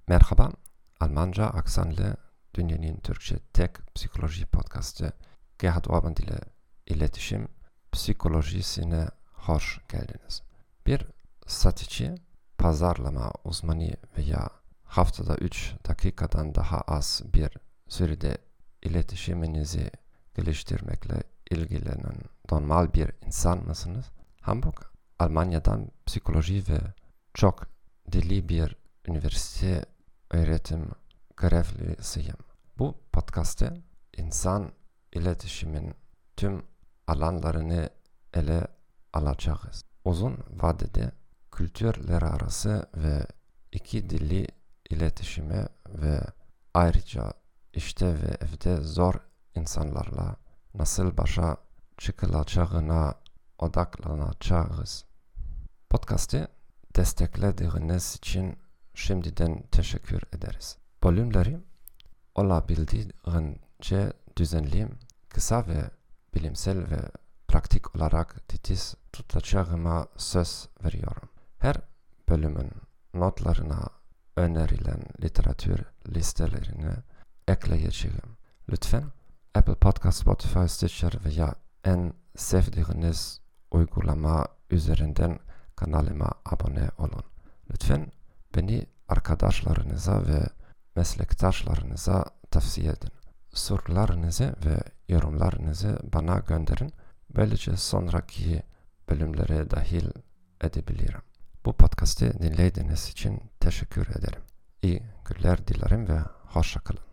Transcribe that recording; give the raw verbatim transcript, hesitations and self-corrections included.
Merhaba, Almanca aksanlı dünyanın Türkçe tek psikoloji podcastı Gerhard Orban ile iletişim psikolojisine hoş geldiniz. Bir satıcı, pazarlama uzmanı veya haftada üç dakikadan daha az bir sürede iletişiminizi geliştirmekle ilgilenen normal bir insan mısınız? Hamburg, Almanya'dan psikoloji ve çok dilli bir üniversite öğretim görevlisiyim. Bu podcast'te insan iletişimin tüm alanlarını ele alacağız. Uzun vadede kültürler arası ve iki dilli iletişime ve ayrıca işte ve evde zor insanlarla nasıl başa çıkılacağına odaklanacağız. Podcast'ı desteklediğiniz için şimdiden teşekkür ederiz. Bölümleri olabildiğince düzenli, kısa ve bilimsel ve pratik olarak titiz tutacağıma söz veriyorum. Her bölümün notlarına önerilen literatür listelerini ekleyeceğim. Lütfen Apple Podcast, Spotify, Stitcher veya en sevdiğiniz uygulama üzerinden kanalıma abone olun. Lütfen beni arkadaşlarınıza ve meslektaşlarınıza tavsiye edin. Sorularınızı ve yorumlarınızı bana gönderin. Böylece sonraki bölümlere dahil edebilirim. Bu podcast'ı dinlediğiniz için teşekkür ederim. İyi günler dilerim ve hoşça kalın.